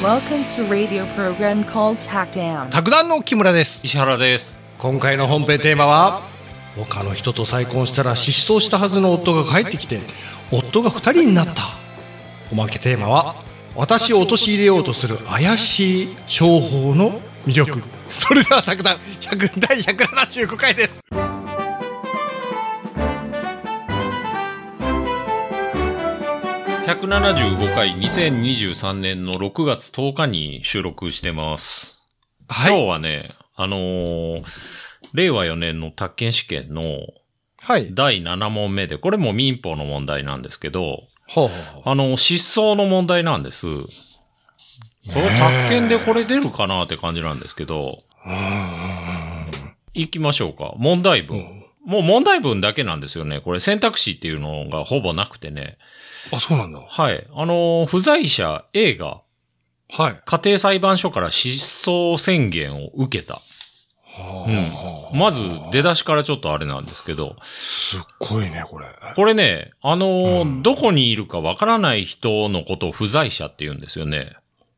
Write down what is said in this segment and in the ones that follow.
Welcome to radio program called Tackdown. 卓談の木村です。 石原です。 今回の本編テーマは、他の人と再婚したら失踪したはずの夫が帰ってきて夫が2人になった。おまけテーマは、私を陥れようとする怪しい商法の魅力。それでは卓談第175回です。 175回2023年の6月10日に収録してます。 はい、 今日はね、令和4年の宅建試験の第7問目で、これも民法の問題なんですけど、失踪の問題なんです。これ宅建でこれ出るかなって感じなんですけど、行きましょうか。問題文。もう問題文だけなんですよね。これ選択肢っていうのがほぼなくてね。 あ、そうなんだ。 はい。不在者 A が、 はい。 家庭裁判所から失踪宣言を受けた。まず、出だしからちょっとあれなんですけど。 すっごいね、これ。 これね、どこにいるかわからない人のことを不在者って言うんですよね。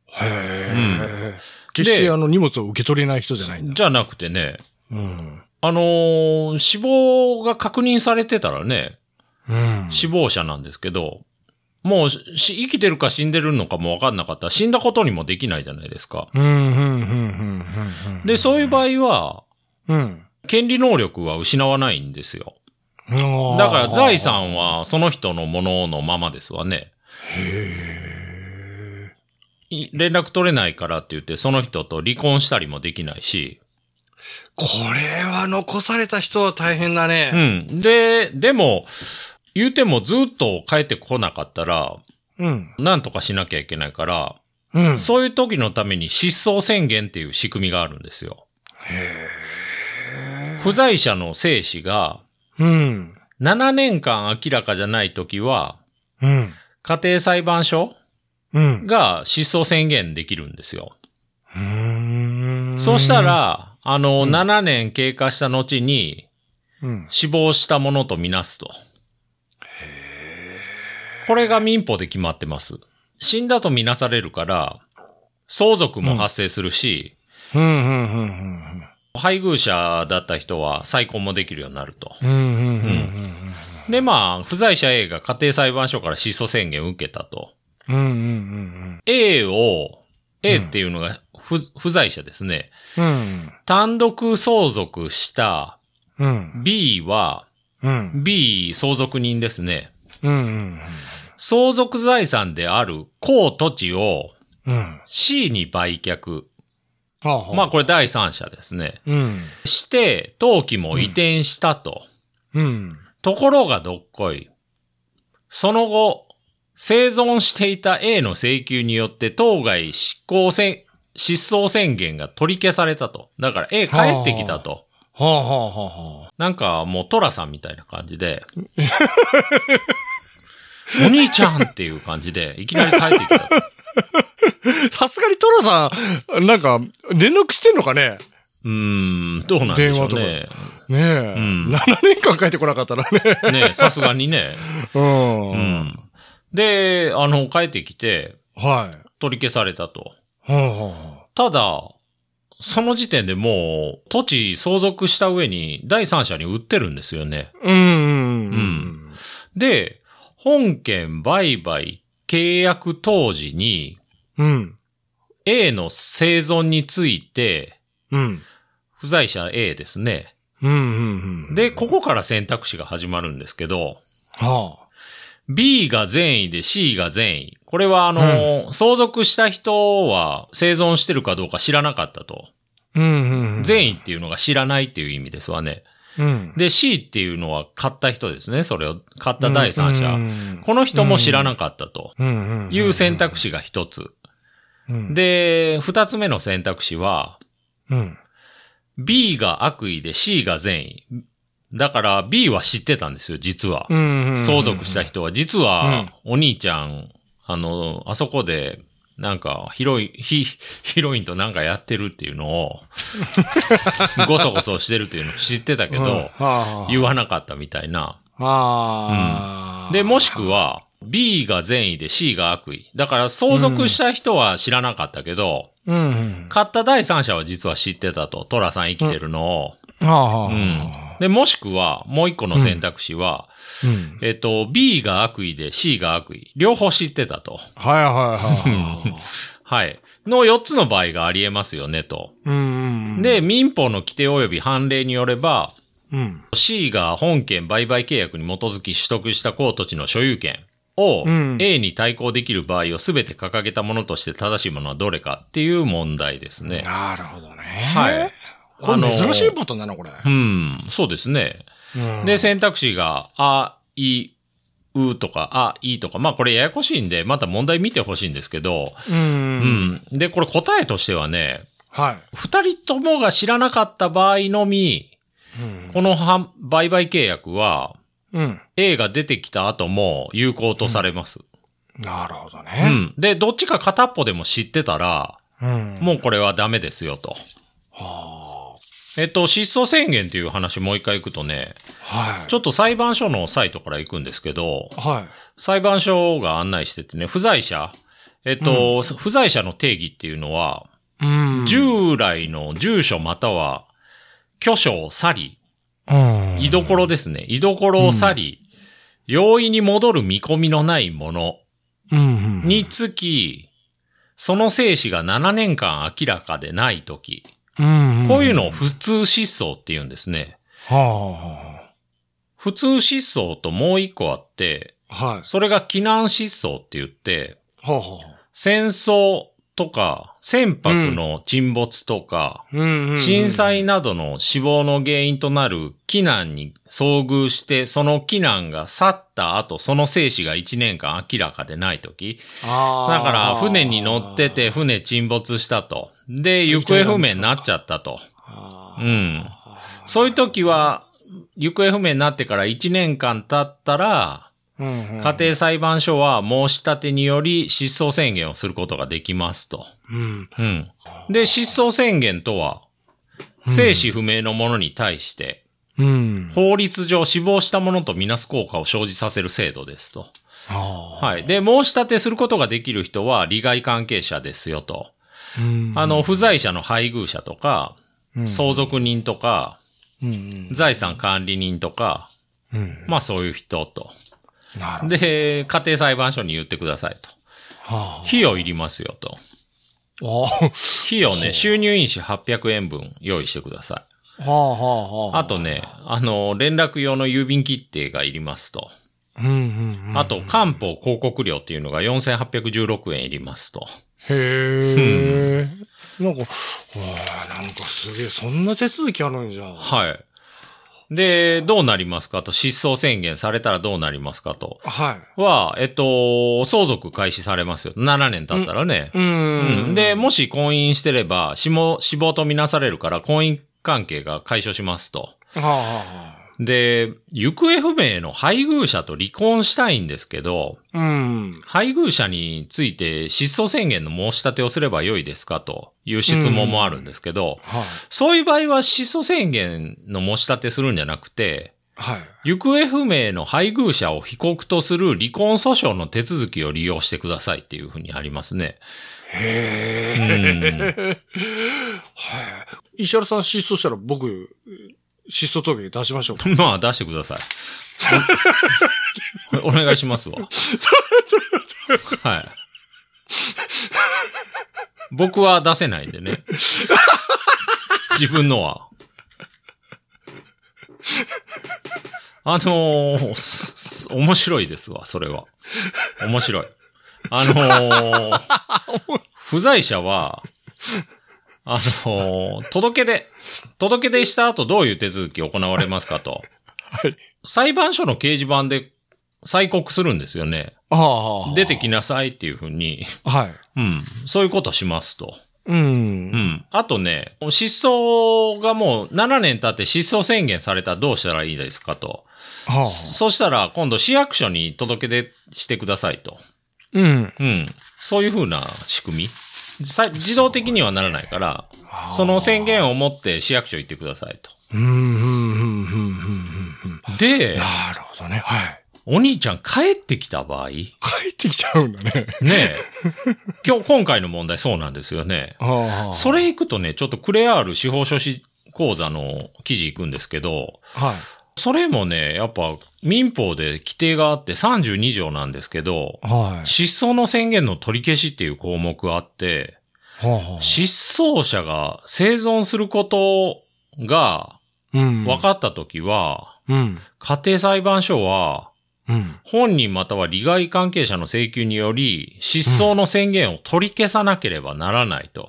決して荷物を受け取れない人じゃないんだ。 じゃなくてね、死亡が確認されてたらね、死亡者なんですけど、もう生きてるか死んでるのかも分かんなかったら死んだことにもできないじゃないですか。で、そういう場合は、権利能力は失わないんですよ。だから財産はその人のもののままですわね。連絡取れないからって言ってその人と離婚したりもできないし。 これは残された人は大変だね。 でも、言うてもずっと帰ってこなかったら、なんとかしなきゃいけないから、そういう時のために失踪宣言っていう仕組みがあるんですよ。不在者の生死が、7年間明らかじゃない時は、家庭裁判所が失踪宣言できるんですよ。そうしたら、7年経過した後に、死亡したものとみなすと。これが民法で決まってます。死んだとみなされるから、相続も発生するし、配偶者だった人は再婚もできるようになると。で、不在者 A が家庭裁判所から失踪宣言を受けたと。A っていうのが不在者ですね。単独相続した B は、B 相続人ですね。相続財産である公土地を C に売却。これ第三者ですね。して、登記も移転したと。ところがどっこい。その後、生存していた A の請求によって当該失踪宣言が取り消されたと。だから A 帰ってきたと。なんかもうトラさんみたいな感じで。お兄ちゃんっていう感じで、いきなり帰ってきた。 さすがにトラさん、なんか、連絡してんのかね？ どうなんでしょうね。 ねえ。7年間帰ってこなかったらね。 ねえ、さすがにね。で、帰ってきて、取り消されたと。ただ、その時点でもう、土地相続した上に、第三者に売ってるんですよね。で、本件売買契約当時に、A の生存について、不在者 A ですね。で、ここから選択肢が始まるんですけど、B が善意で C が善意。これは相続した人は生存してるかどうか知らなかったと。善意っていうのが知らないっていう意味ですわね。で、C っていうのは買った人ですね。それを買った第三者。この人も知らなかったという選択肢が一つ。で、二つ目の選択肢は、B が悪意で C が善意。だから B は知ってたんですよ、実は。相続した人は。実は、お兄ちゃん、あそこで、なんか、ヒロインとなんかやってるっていうのを、ごそごそしてるっていうのを知ってたけど、言わなかったみたいな。で、もしくは、 B が善意で C が悪意。だから相続した人は知らなかったけど、買った第三者は実は知ってたと。トラさん生きてるのを。で、もしくは、もう一個の選択肢は、B が悪意で C が悪意。両方知ってたと。はい。の4つの場合があり得ますよね、と。で、民法の規定及び判例によれば、C が本件売買契約に基づき取得した公土地の所有権を A に対抗できる場合をすべて掲げたものとして正しいものはどれかっていう問題ですね。 なるほどね。 はい。 これ珍しいパターンだな、これ。 そうですね。で、選択肢が、あ、い、うとか、あ、いとか、まあこれややこしいんで、また問題見てほしいんですけど、で、これ答えとしてはね、二人ともが知らなかった場合のみ、この売買契約は、A が出てきた後も有効とされます。 なるほどね。 で、どっちか片っぽでも知ってたら、もうこれはダメですよと。失踪宣言っていう話もう一回行くとね、ちょっと裁判所のサイトから行くんですけど、裁判所が案内しててね、不在者、不在者の定義っていうのは、従来の住所または居所を去り、居所ですね。居所を去り、容易に戻る見込みのないものにつき、その生死が7年間明らかでないとき、こういうのを普通失踪って言うんですね。普通失踪ともう一個あって、それが避難失踪って言って、戦争とか船舶の沈没とか、震災などの死亡の原因となる避難に遭遇して、その避難が去った後、その生死が1年間明らかでないとき。だから船に乗ってて船沈没したと。で、行方不明になっちゃったと。そういうときは、行方不明になってから1年間経ったら、家庭裁判所は申し立てにより失踪宣言をすることができますと。で、失踪宣言とは、生死不明の者に対して、法律上死亡した者とみなす効果を生じさせる制度ですと。はい。で、申し立てすることができる人は利害関係者ですよと。不在者の配偶者とか、相続人とか、財産管理人とか、まあそういう人と。で、家庭裁判所に言ってくださいと。費用いりますよと。費用ね、収入印紙800円分用意してください。あとね、連絡用の郵便切手がいりますと。あと、官報広告料っていうのが4816円いりますと。 なんかすげえ、そんな手続きあるんじゃん。 はい。で、どうなりますかと、失踪宣言されたらどうなりますかと。相続開始されますよ。7年経ったらね。で、もし婚姻してれば、死亡とみなされるから婚姻関係が解消しますと。で、行方不明の配偶者と離婚したいんですけど、配偶者について失踪宣言の申し立てをすればよいですかという質問もあるんですけど、そういう場合は失踪宣言の申し立てするんじゃなくて、行方不明の配偶者を被告とする離婚訴訟の手続きを利用してくださいっていうふうにありますね。 石原さん失踪したら僕、失踪届出しましょうか。 まあ、出してください。お願いしますわ。はい。僕は出せないんでね。自分のは。面白いですわ、それは。面白い。不在者は、届け出した後どういう手続き行われますかと。裁判所の掲示板で催告するんですよね。出てきなさいっていうふうに。そういうことしますと。あとね、失踪がもう7年経って失踪宣言されたらどうしたらいいですかと。そしたら今度市役所に届け出してくださいと。そういうふうな仕組み。自動的にはならないから、その宣言を持って市役所行ってくださいと。で、 なるほどね。 お兄ちゃん帰ってきた場合。 帰ってきちゃうんだね。 ねえ。今回の問題そうなんですよね。それ行くとね、ちょっとクレアール司法書士講座の記事行くんですけど、はい。それもね、やっぱ民法で規定があって32条なんですけど、はい。失踪の宣言の取り消しっていう項目があって、失踪者が生存することが分かったときは、家庭裁判所は、本人または利害関係者の請求により、失踪の宣言を取り消さなければならないと。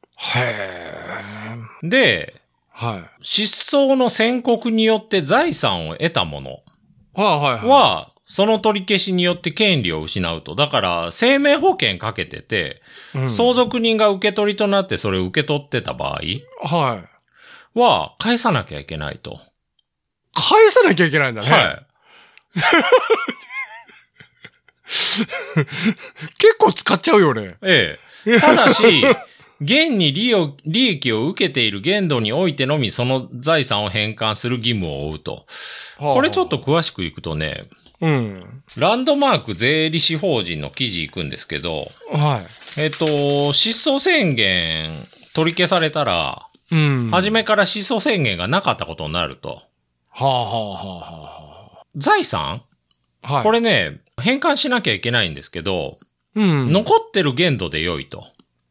で、失踪の宣告によって財産を得たものは、その取り消しによって権利を失うと。だから、生命保険かけてて、相続人が受け取りとなってそれを受け取ってた場合は、返さなきゃいけないと。 返さなきゃいけないんだね。はい。結構使っちゃうよね。 ええ。ただし、現に利益を受けている限度においてのみその財産を返還する義務を負うと。これちょっと詳しくいくとね、ランドマーク税理士法人の記事行くんですけど、はい。失踪宣言取り消されたら、初めから失踪宣言がなかったことになると。財産、はい、これね、返還しなきゃいけないんですけど、残ってる限度で良いと。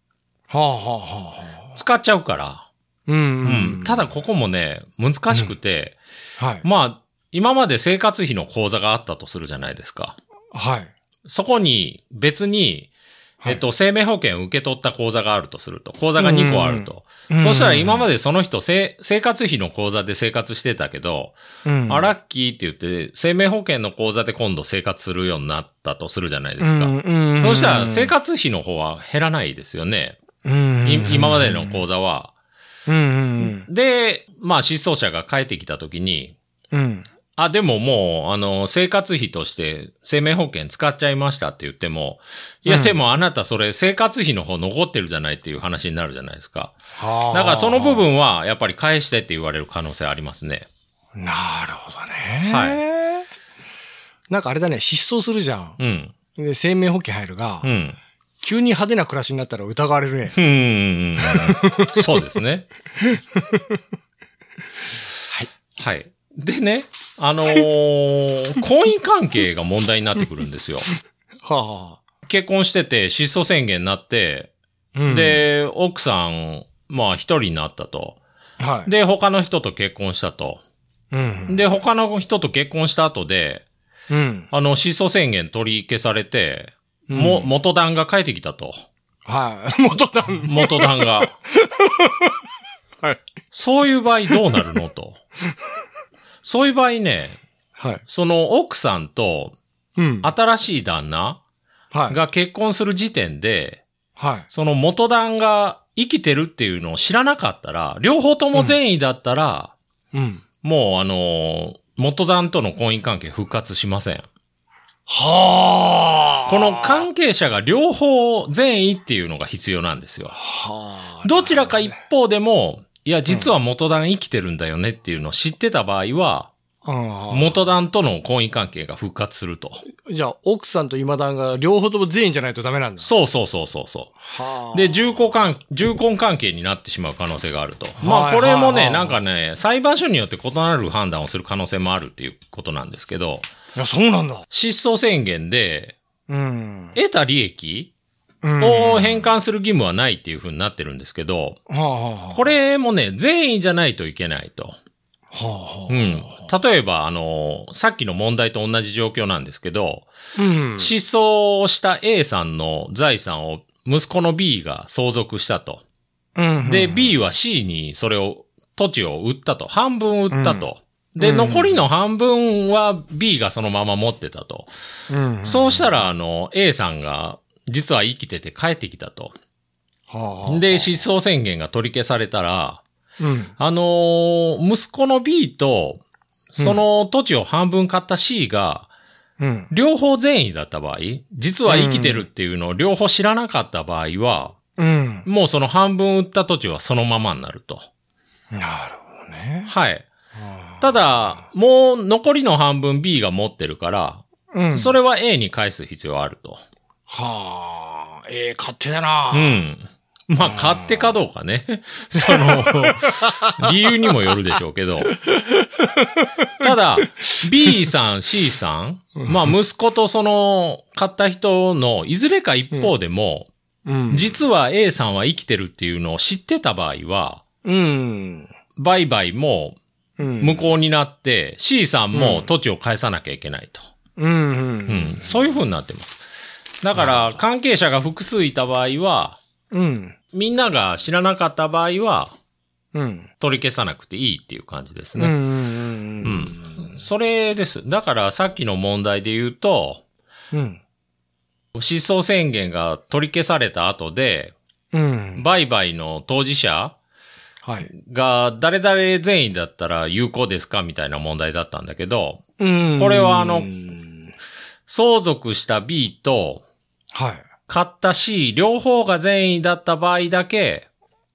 使っちゃうから。ただここもね、難しくて、はい、まあ、今まで生活費の口座があったとするじゃないですか。はい。そこに別に、生命保険を受け取った口座があるとすると。口座が2個あると。そしたら今までその人生活費の口座で生活してたけど、ラッキーって言って生命保険の口座で今度生活するようになったとするじゃないですか。そうしたら生活費の方は減らないですよね。今までの口座は。で、まあ失踪者が帰ってきた時に、でももう、生活費として生命保険使っちゃいましたって言っても、いやでもあなたそれ生活費の方残ってるじゃないっていう話になるじゃないですか。だからその部分はやっぱり返してって言われる可能性ありますね。 なるほどね。はい。なんかあれだね、失踪するじゃん。で、生命保険入るが、急に派手な暮らしになったら疑われるね。 そうですね。はい。はい。でね、婚姻関係が問題になってくるんですよ。結婚してて失踪宣言になって、で、奥さん、まあ一人になったと。で、他の人と結婚したと。で、他の人と結婚した後で、失踪宣言取り消されて、元旦が帰ってきたと。元旦が。そういう場合どうなるのと。そういう場合ね、その奥さんと、新しい旦那が結婚する時点で、その元旦が生きてるっていうのを知らなかったら、両方とも善意だったら、もう元旦との婚姻関係復活しません。この関係者が両方善意っていうのが必要なんですよ。どちらか一方でも、いや、実は元旦生きてるんだよねっていうのを知ってた場合は、元旦との婚姻関係が復活すると。 じゃあ、奥さんと今旦が両方とも善意じゃないとダメなんだ。 そう。で、重婚関係になってしまう可能性があると。まあ、これもね、なんかね、裁判所によって異なる判断をする可能性もあるっていうことなんですけど。 いや、そうなんだ。 失踪宣言で、得た利益を返還する義務はないっていう風になってるんですけど、これもね、善意じゃないといけないと。例えば、さっきの問題と同じ状況なんですけど、失踪した A さんの財産を息子の B が相続したと。で、B は C にそれを、土地を売ったと。半分売ったと。で、残りの半分は B がそのまま持ってたと。そうしたら、A さんが、実は生きてて帰ってきたと。で、失踪宣言が取り消されたら、息子の B と、その土地を半分買った C が、両方善意だった場合、実は生きてるっていうのを両方知らなかった場合は、もうその半分売った土地はそのままになると。 なるほどね。 はい。ただ、もう残りの半分 B が持ってるから、 うん。 それは A に返す必要あると。 はあ、勝手だな。 うん。まあ、勝手かどうかね。理由にもよるでしょうけど。ただ、B さん、C さん、まあ、息子と買った人のいずれか一方でも、実は A さんは生きてるっていうのを知ってた場合は、売買も無効になって、C さんも土地を返さなきゃいけないと。そういう風になってます。だから、関係者が複数いた場合は、みんなが知らなかった場合は、取り消さなくていいっていう感じですね。それです。だからさっきの問題で言うと、失踪宣言が取り消された後で、売買の当事者が誰々善意だったら有効ですかみたいな問題だったんだけど、これは相続した B と、買った C 両方が善意だった場合だけ、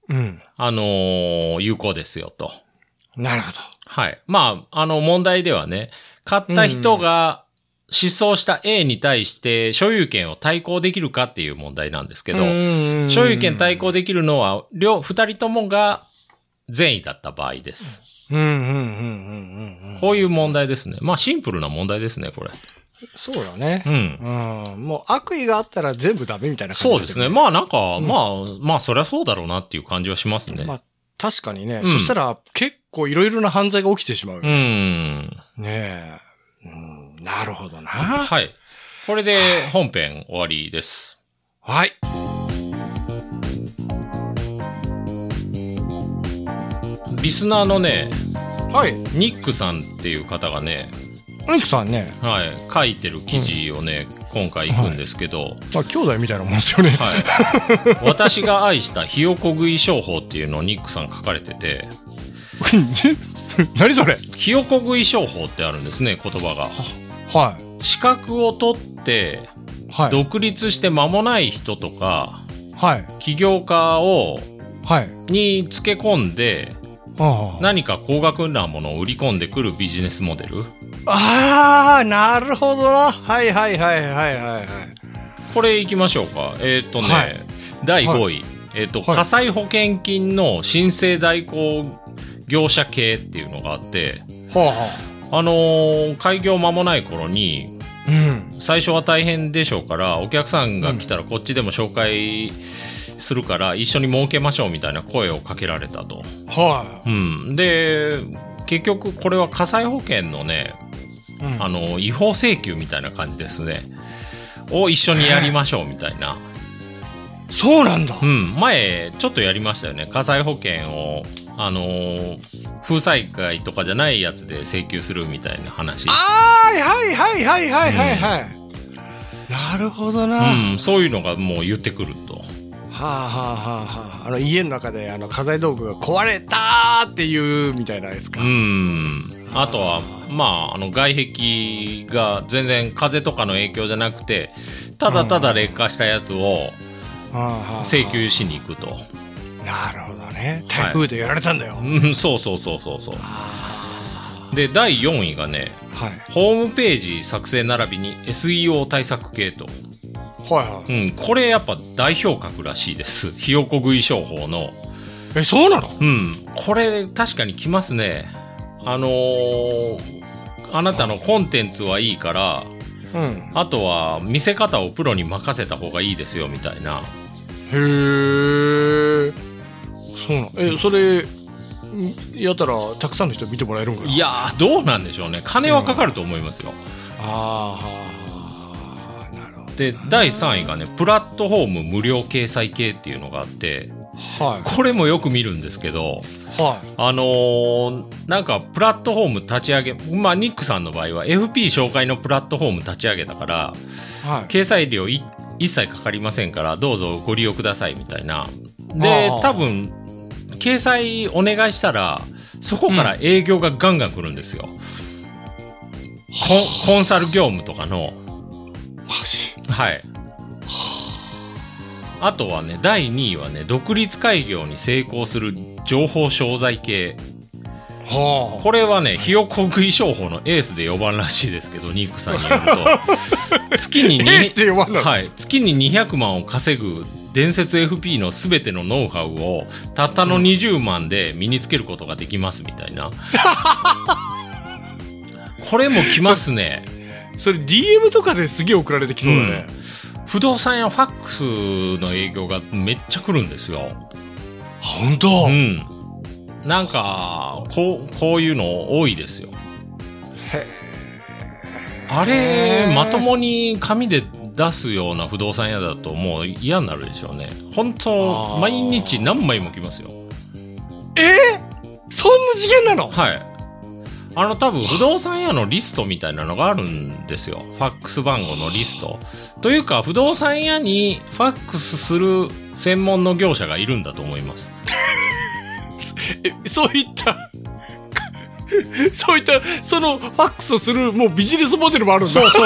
有効ですよと。 なるほど。 はい。まあ、問題ではね、買った人が失踪した A に対して所有権を対抗できるかっていう問題なんですけど、所有権対抗できるのは、二人ともが善意だった場合です。こういう問題ですね。まあ、シンプルな問題ですね、これ。 そうだね。もう悪意があったら全部ダメみたいな感じ、 そうですね。まあなんか、まあそりゃそうだろうなっていう感じはしますね。 まあ確かにね。そしたら結構いろいろな犯罪が起きてしまうよね。ねえ。なるほどな。 はい。これで本編終わりです。 はい。 リスナーのね、 ニックさんっていう方がね、 ニックさんね。 書いてる記事をね、今回行くんですけど。 まあ、兄弟みたいなもんですよね。 私が愛したひよこ食い商法っていうのをニックさん書かれてて。 何それ？ ひよこ食い商法ってあるんですね、言葉が。資格を取って、独立して間もない人とか、起業家につけ込んで、何か高額なものを売り込んでくるビジネスモデル。 なるほどな。 これ行きましょうか。第5位。火災保険金の申請代行業者系っていうのがあって、開業間もない頃に、最初は大変でしょうから、お客さんが来たらこっちでも紹介するから一緒に儲けましょうみたいな声をかけられたと。で、結局これは火災保険のね、違法請求みたいな感じですね。を一緒にやりましょうみたいな。 そうなんだ。 前ちょっとやりましたよね。火災保険を風災害とかじゃないやつで請求するみたいな話。 なるほどな。 そういうのがもう言ってくると。 家の中で家財道具が壊れたっていうみたいなやつか。 あとは外壁が全然風とかの影響じゃなくて、ただただ劣化したやつを請求しに行くと。 なるほどね。台風でやられたんだよ。 そう。で、第4位がね、ホームページ作成並びに SEO 対策系と。これやっぱ代表格らしいです。ひよこ食い商法の。 そうなの？ これ確かにきますね。あなたのコンテンツはいいから、あとは見せ方をプロに任せた方がいいですよみたいな。 そうなの？それやったらたくさんの人見てもらえるんかな？ いやー、どうなんでしょうね。金はかかると思いますよ。で、第3位がね、プラットフォーム無料掲載系っていうのがあって、これもよく見るんですけど、なんかプラットフォーム立ち上げ、ニックさんの場合は FP 紹介のプラットフォーム立ち上げたから、掲載料一切かかりませんからどうぞご利用くださいみたいな。で、多分掲載お願いしたらそこから営業がガンガン来るんですよ。コンサル業務とかの。あとはね、第2位はね、独立開業に成功する情報商材系。 はあ、 これはね、ひよこ食い商法のエースで4番らしいですけど、ニークさんによると月にエースで4番なの？ はい、月に200万を稼ぐ伝説 FP のすべてのノウハウをたったの20万で身につけることができますみたいな。これも来ますね。 それ DM とかですげえ送られてきそうだね。 不動産やファックスの営業がめっちゃ来るんですよ。 本当？ うん。なんかこういうの多いですよ。あれまともに紙で出すような不動産屋だともう嫌になるでしょうね。本当毎日何枚も来ますよ。 そんな次元なの？ はい。多分不動産屋のリストみたいなのがあるんですよ。ファックス番号のリスト。というか、不動産屋にファックスする専門の業者がいるんだと思います。 そういったそのファックスするもうビジネスモデルもあるんだ。 そう。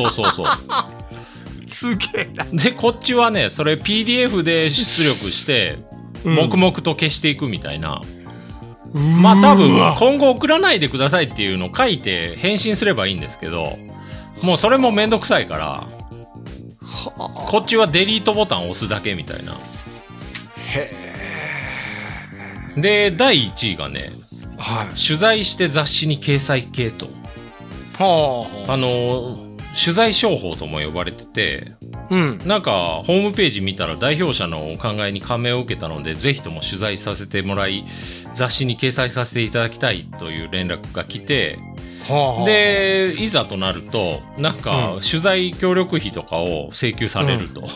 すげえな。 で、こっちはね、それ PDF で出力して、黙々と消していくみたいな。まあ多分今後送らないでくださいっていうのを書いて返信すればいいんですけど、もうそれもめんどくさいから、こっちはデリートボタンを押すだけみたいな。で、第1位がね、取材して雑誌に掲載系と。取材商法とも呼ばれてて、なんかホームページ見たら代表者のお考えに感銘を受けたので、ぜひとも取材させてもらい、雑誌に掲載させていただきたいという連絡が来て、で、いざとなると、なんか取材協力費とかを請求されると。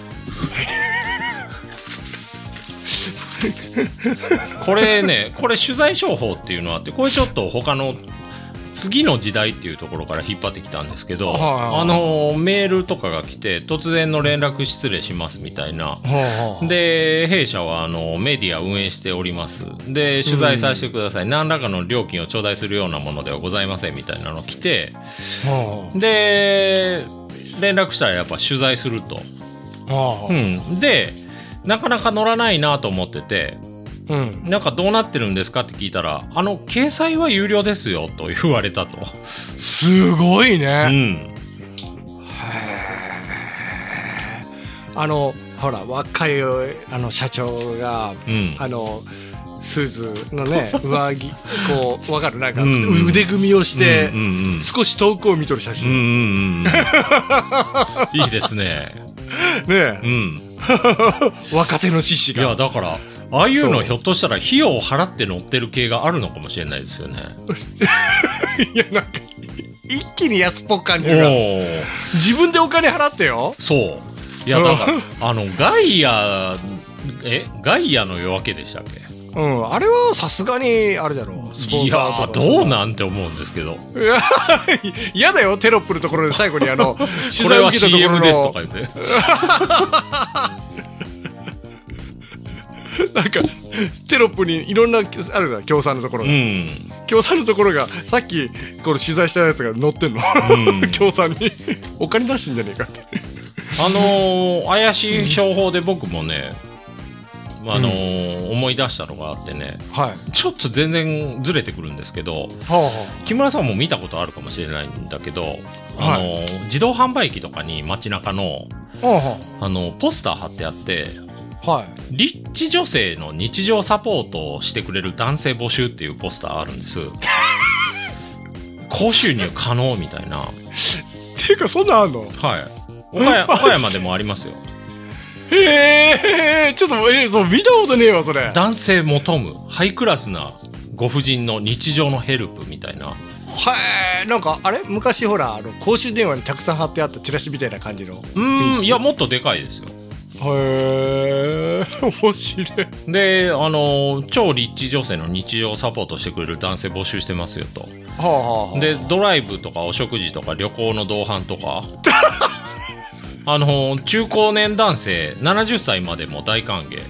これ取材商法っていうのはあって、これちょっと他の次の時代っていうところから引っ張ってきたんですけど、メールとかが来て突然の連絡失礼しますみたいな。で、弊社はメディアを運営しております。で、取材させてください。何らかの料金を頂戴するようなものではございませんみたいなの来て、で、連絡したらやっぱ取材すると。で、なかなか乗らないなと思ってて、なんかどうなってるんですかって聞いたら、掲載は有料ですよと言われたと。 すごいね。ほら若い社長が、スーツのね上着こうわかるなんか腕組みをして、少し遠くを見とる写真。 いいですね。 ね若手の獅子が。 いやだからああいうのひょっとしたら費用を払って乗ってる系があるのかもしれないですよね。 いやなんか一気に安っぽく感じるが、自分でお金払ってよ。 そう。いやだからガイアの夜明けでしたっけ？ あれはさすがにあれじゃろ。スポンサーとか。 いやどうなんて思うんですけど。 嫌だよテロップのところで最後に取材受けたところのこれは CM ですとか言って。 なんかテロップにいろんなあるじゃん協賛のところが、協賛のところがさっきこれ取材したやつが載ってんの、協賛にお金出してんじゃねえかって。 怪しい商法で僕もね、思い出したのがあってね、ちょっと全然ずれてくるんですけど、木村さんも見たことあるかもしれないんだけど、自動販売機とかに街中の、ポスター貼ってあって、リッチ女性の日常サポートをしてくれる男性募集っていうポスターあるんです高収入可能みたいな。 っていうかそんなんあんの？ 岡山でもありますよ。 ちょっとそう見たことねえわそれ。 男性求むハイクラスなご婦人の日常のヘルプみたいな。 なんかあれ昔ほら公衆電話にたくさん貼ってあったチラシみたいな感じの。 いやもっとでかいですよ。 面白い。 で超リッチ女性の日常をサポートしてくれる男性募集してますよと。でドライブとかお食事とか旅行の同伴とか中高年男性70歳までも大歓迎。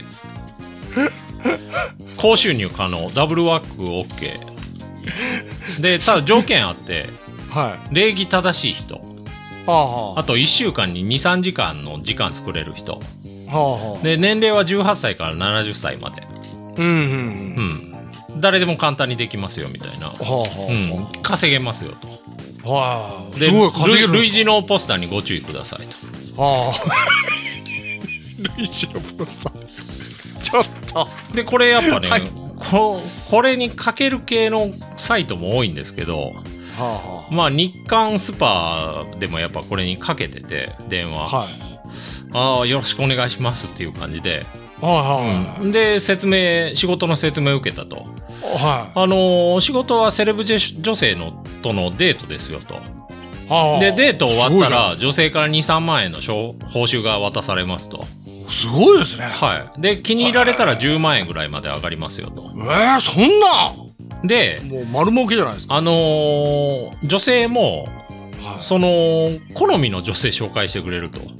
高収入可能、ダブルワーク OK で、ただ条件あって、礼儀正しい人、あと1週間に 2,3 時間の時間作れる人、で年齢は18歳から70歳まで。 誰でも簡単にできますよみたいな、稼げますよと。 すごい稼げる。 類似のポスターにご注意くださいと。 類似のポスターちょっとでこれやっぱね、これにかける系のサイトも多いんですけど、まあ日刊スパでもやっぱこれにかけてて電話、よろしくお願いしますっていう感じで、で仕事の説明を受けたと。仕事はセレブ女性とのデートですよと。でデート終わったら女性から 2,3 万円の報酬が渡されますと。 すごいですね。 で気に入られたら10万円ぐらいまで上がりますよと。そんなでもう丸儲けじゃないですか。 女性も、その好みの女性紹介してくれると。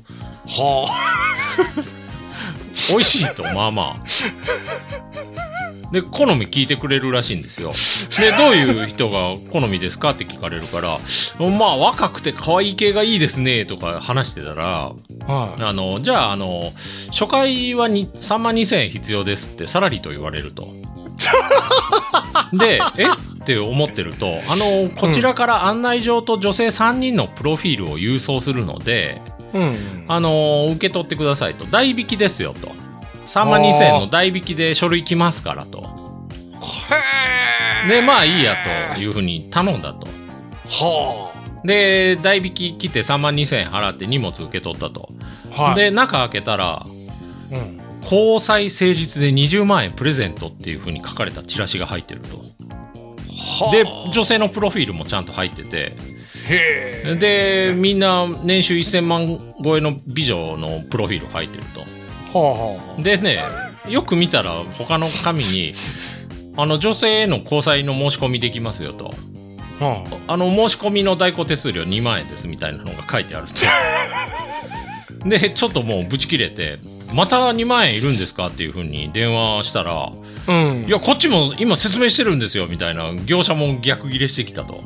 美味しいと。まあまあで好み聞いてくれるらしいんですよ。でどういう人が好みですかって聞かれるから、まあ若くて可愛い系がいいですねとか話してたら、じゃあ初回は32,000円必要ですってさらりと言われると。でって思ってると、こちらから案内状と女性3人のプロフィールを郵送するので、受け取ってくださいと。代引きですよと。32,000円の代引きで書類来ますからと。でまあいいやというふうに頼んだと。で代引き来て32,000円払って荷物受け取ったと。で中開けたら、交際成立で20万円プレゼントっていうふうに書かれたチラシが入ってると。で女性のプロフィールもちゃんと入ってて、でみんな年収1000万超えの美女のプロフィール入ってると。でね、よく見たら他の紙に女性への交際の申し込みできますよと。申し込みの代行手数料2万円ですみたいなのが書いてあると。でちょっともうブチ切れて、また2万円いるんですかっていう風に電話したら、いやこっちも今説明してるんですよみたいな、業者も逆ギレしてきたと。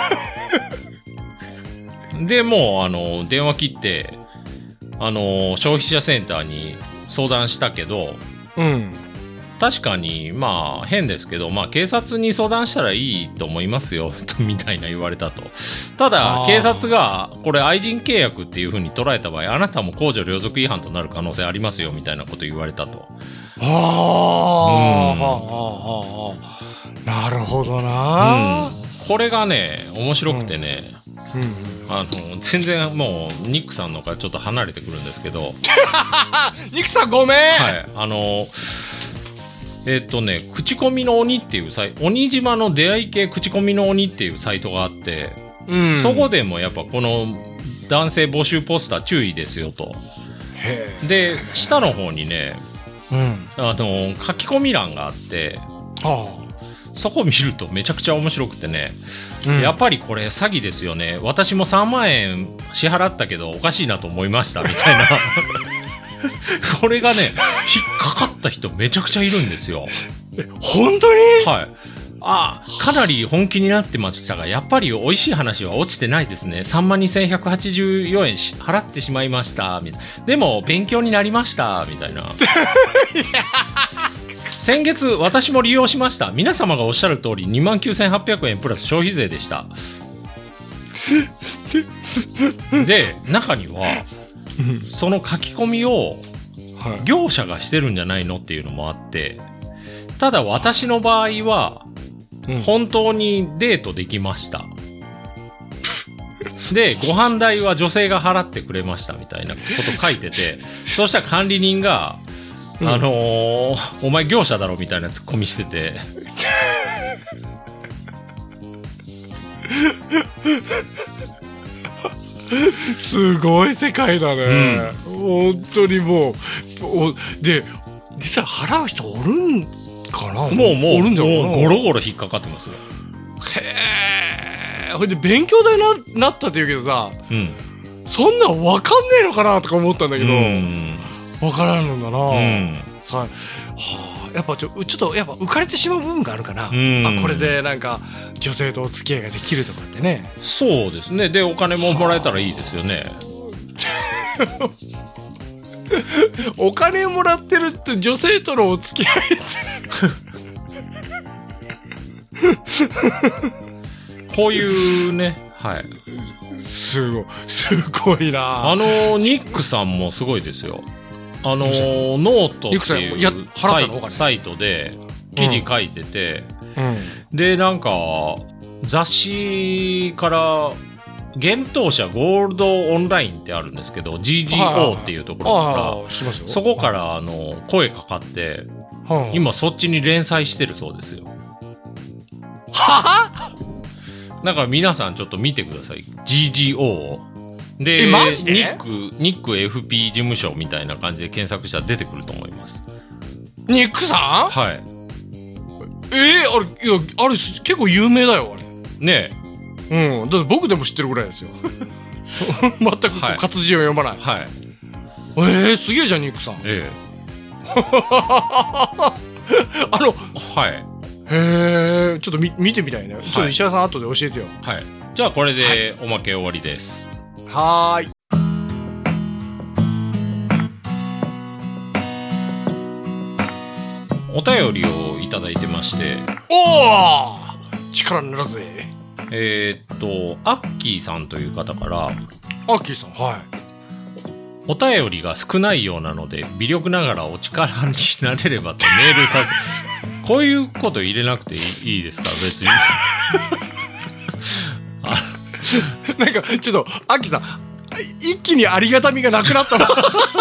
でもう電話切って消費者センターに相談したけど、確かにまあ変ですけど、まあ警察に相談したらいいと思いますよみたいな言われたと。ただ警察がこれ愛人契約っていう風に捉えた場合、あなたも公序良俗違反となる可能性ありますよみたいなこと言われたと。 なるほどな、 これがね面白くてね、全然もうニックさんのからちょっと離れてくるんですけどニックさんごめん。 口コミの鬼っていう鬼島の出会い系口コミの鬼っていうサイトがあって、そこでもやっぱこの男性募集ポスター注意ですよと。で下の方にね、書き込み欄があって、そこ見るとめちゃくちゃ面白くてね、やっぱりこれ詐欺ですよね、私も3万円支払ったけどおかしいなと思いましたみたいなこれがね引っかかった人めちゃくちゃいるんですよ。 本当に？ かなり本気になってましたが、やっぱり美味しい話は落ちてないですね。32,184円払ってしまいましたみたいな。でも勉強になりましたみたいな先月私も利用しました。皆様がおっしゃる通り 29,800 円プラス消費税でしたで中にはその書き込みを業者がしてるんじゃないのっていうのもあって、ただ私の場合は本当にデートできましたでご飯代は女性が払ってくれましたみたいなこと書いてて、そうしたら管理人がお前業者だろみたいなツッコミしててすごい世界だね、本当にもうで実際払う人おるんかな。 もうおるんじゃないかな。 ゴロゴロ引っかかってますよ。 へえ。ほいで勉強代になったって言うけどさ、そんなん分かんねえのかなとか思ったんだけど、分からんのだな、さやっぱちょっとやっぱ浮かれてしまう部分があるかな、これでなんか女性とお付き合いができるとかってね。 そうですね。でお金ももらえたらいいですよねお金もらってるって女性とのお付き合いってこういうね、はい。 すごいな。 ニックさんもすごいですよ。ノートっていうサイトで記事書いてて、で、なんか、雑誌から、幻冬舎ゴールドオンラインってあるんですけど、GGO っていうところから、そこから声かかって、今そっちに連載してるそうですよ。はぁ？だから皆さんちょっと見てください。GGO を。で、 マジで？ ニック FP 事務所みたいな感じで検索したら出てくると思います。 ニックさん？ はい。 あれ結構有名だよ、あれ。 ねえ。だって僕でも知ってるぐらいですよ。全く活字を読まない。 はい。 すげえじゃん、ニックさん。 はい。 ちょっと見てみたいね。ちょっと石原さん後で教えてよ。 はい。じゃあこれでおまけ終わりです。 はーい。 お便りをいただいてまして。 おー！力になるぜ。 アッキーさんという方から。 アッキーさん、はい。 お便りが少ないようなので、微力ながらお力になれればとメールさせ、こういうこと入れなくていいですか、別に。 なんか、ちょっと、アッキーさん、一気にありがたみがなくなったわ。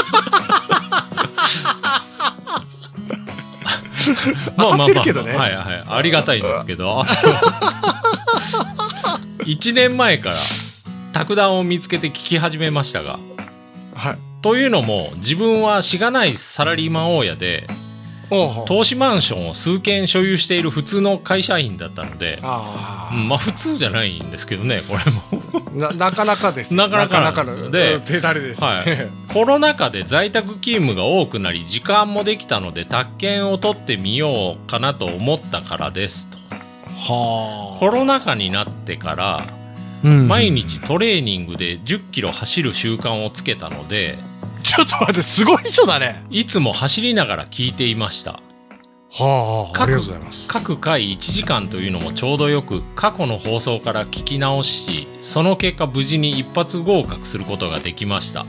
当たってるけどね。 はいはい。ありがたいんですけど。1年前から、卓談を見つけて聞き始めましたが、 はい。 というのも、自分はしがないサラリーマン大家で、投資マンションを数軒所有している普通の会社員だったので、まあ普通じゃないんですけどね、これも。 なかなかです。 なかなかので、ペダルです。 はい。コロナ禍で在宅勤務が多くなり、時間もできたので、宅建を取ってみようかなと思ったからですと。コロナ禍になってから、毎日トレーニングで10キロ走る習慣をつけたので、 ちょっと待って、すごい人だね。 いつも走りながら聞いていました。 ありがとうございます。 各回1時間というのもちょうどよく、過去の放送から聞き直し、その結果無事に一発合格することができました。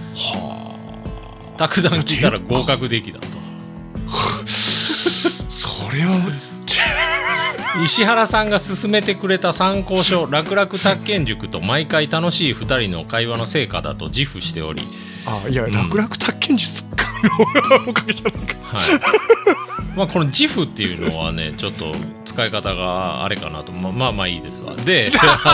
卓談聞いたら合格できたと。 それは石原さんが勧めてくれた参考書、楽々宅建塾と毎回楽しい2人の会話の成果だと自負しており、 いや、楽々宅建術かのおかげじゃないか。 はい。まあこの自負っていうのはね、ちょっと使い方があれかなと、まあいいですわ。で、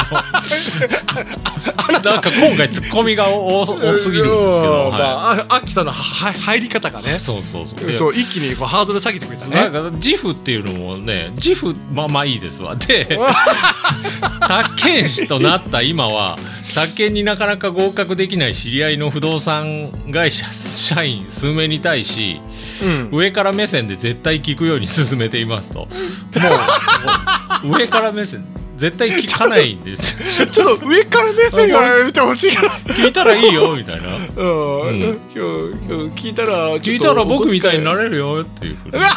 なんか今回ツッコミが多すぎるんですけど、 アッキーさんの入り方がね、 そう一気にハードル下げてくれたね。 なんか自負っていうのもね、自負まあいいですわ。で、宅建士となった今は、宅建になかなか合格できない知り合いの不動産会社社員数名に対し、上から目線で絶対聞くように勧めていますと。もう上から目線絶対聞かないんです。 ちょっと上から目線がやめてほしいから。 聞いたらいいよみたいな。 聞いたら僕みたいになれるよっていうふうに。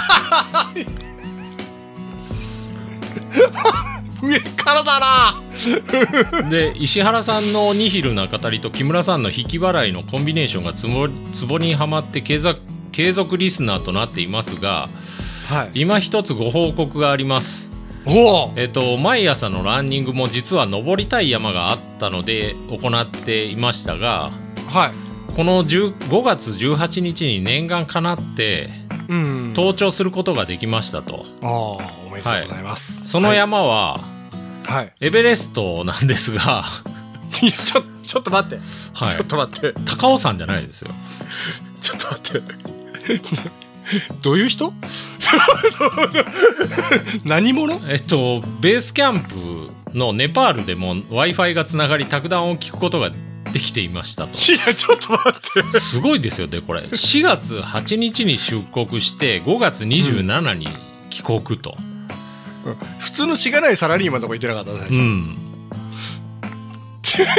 上からだな。で、石原さんのニヒルな語りと木村さんの引き払いのコンビネーションがツボにはまって継続リスナーとなっていますが、今一つご報告があります。毎朝のランニングも実は登りたい山があったので行っていましたが、この5月18日に念願かなって登頂することができましたと。 おめでとうございます。 その山は、エベレストなんですがいやちょっと待って、ちょっと待って、 高尾山じゃないですよ。 ちょっと待ってどういう人何者？ ベースキャンプのネパールでも Wi-Fi がつながり卓談を聞くことができていましたと。 いやちょっと待って、 すごいですよねこれ。4月8日に出国して5月27に帰国と、 普通のしがないサラリーマンとか言ってなかった最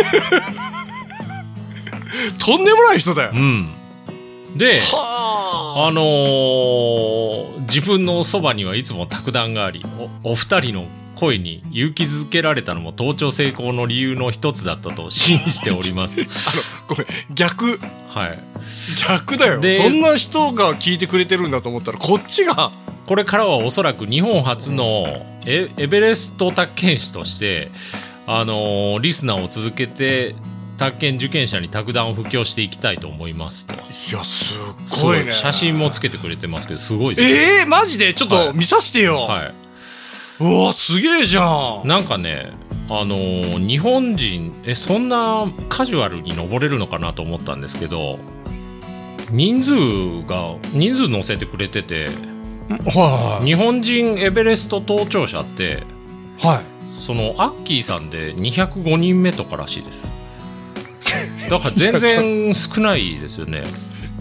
初。とんでもない人だよ。 で、 自分のそばにはいつも卓談があり、お二人の声に勇気づけられたのも登頂成功の理由の一つだったと信じております。 ごめん、逆。 はい。 逆だよ。そんな人が聞いてくれてるんだと思ったら、こっちが。 これからはおそらく日本初のエベレスト宅建士として、リスナーを続けて、宅建受験者に卓談を布教していきたいと思いますと。 いや、すごいね。 写真もつけてくれてますけど、すごいです。 マジでちょっと見させてよ。 はい。 うわ、すげえじゃん。 なんかね、日本人、そんなカジュアルに登れるのかなと思ったんですけど、人数乗せてくれてて、 はい、 日本人エベレスト登頂者って、 はい、 そのアッキーさんで205人目とからしいです。だから全然少ないですよね。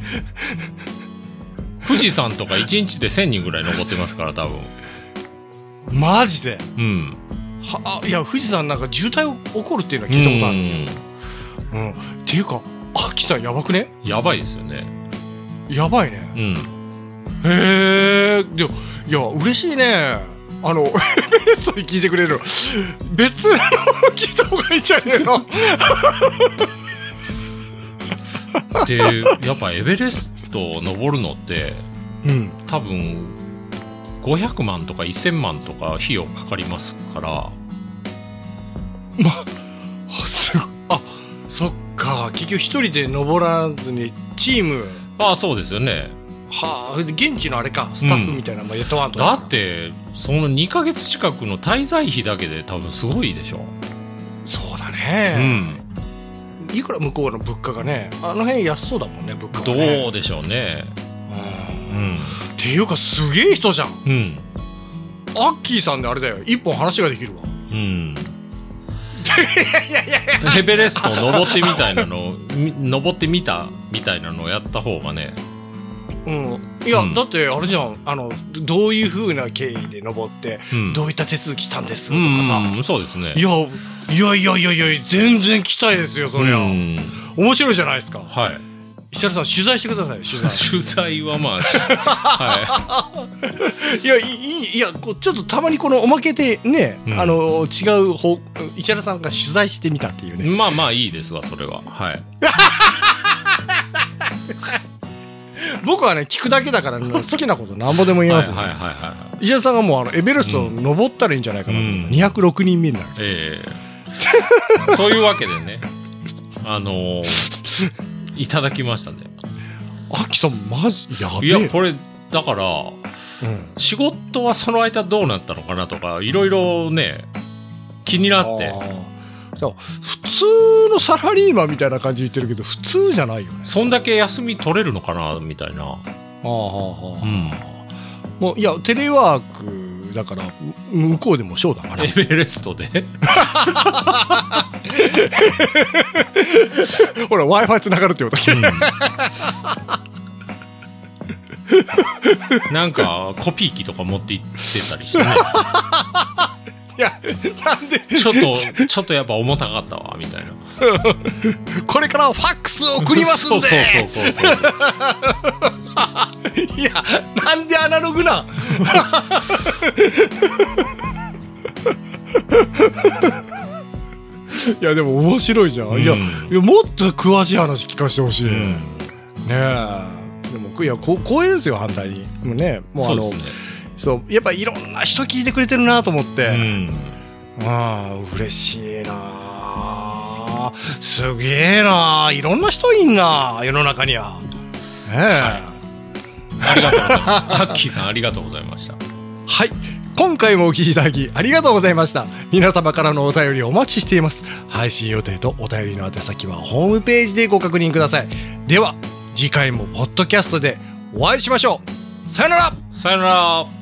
富士山とか1日で1000人ぐらい登ってますから、多分。 マジで。 うん。 いや、富士山なんか渋滞起こるっていうのは聞いたことあるんだけど。うん。っていうか、アッキーさんやばくね？ やばいですよね。 やばいね。 うん。 へえ。でも、いや、嬉しいね。エベレストに聞いてくれる。別の聞いた方がいいんじゃねえの？ で、やっぱエベレストを登るのって、 うん、 多分500万とか1000万とか費用かかりますから。 そっか。結局一人で登らずにチーム。 そうですよね。 はあ、現地のあれか、スタッフみたいなのも雇わんと、 だってその2ヶ月近くの滞在費だけで多分すごいでしょ。 そうだね。いくら向こうの物価がね、あの辺安そうだもんね、物価がね。 どうでしょうね。 っていうか、すげえ人じゃん。アッキーさんであれだよ、一本話ができるわ。 エベレストを登ってみたいなの登ってみたみたいなのをやった方がね。いや、だってあれじゃん、どういう風な経緯で登って、どういった手続きしたんですとかさ。 そうですね。 いや全然来たいですよ、そりゃ。面白いじゃないですか。 はい。 石原さん、取材してください。取材はまあはい。 いや、ちょっとたまにこのおまけでね、違う石原さんが取材してみたっていうね。 まあいいですわ、それは。はい。 僕はね、聞くだけだから、好きなことなんぼでも言いますよ。石原さんがもうエベレスト登ったらいいんじゃないかな。206人目になる。 というわけでね、いただきましたね。 アキさんマジやべえ。 いや、これだから、仕事はその間どうなったのかなとか、いろいろね、気になって。 普通のサラリーマンみたいな感じ言ってるけど、普通じゃないよね。 そんだけ休み取れるのかなみたいな。 もう、いや、テレワークだから向こうでもショーだから。 エベレストでほら Wi-Fi つながるってことだけ、 なんかコピー機とか持って行ってたりしてね。 いや、なんでちょっとやっぱ重たかったわみたいな。 これからファックスを送りますんで。 そういや、なんでアナログなん。いや、でも面白いじゃん。いや、もっと詳しい話聞かせてほしい。ねえ。でも、いや、光栄ですよ、反対に。もうね、もうそう、やっぱいろんな人聞いてくれてるなと思って、嬉しいな、すげえな、いろんな人いんな、世の中には。 ありがとうございます。ハッキーさん、ありがとうございました。 はい、今回もお聞きいただきありがとうございました。皆様からのお便りお待ちしています。配信予定とお便りの宛先はホームページでご確認ください。では次回もポッドキャストでお会いしましょう。さよなら。 さよなら。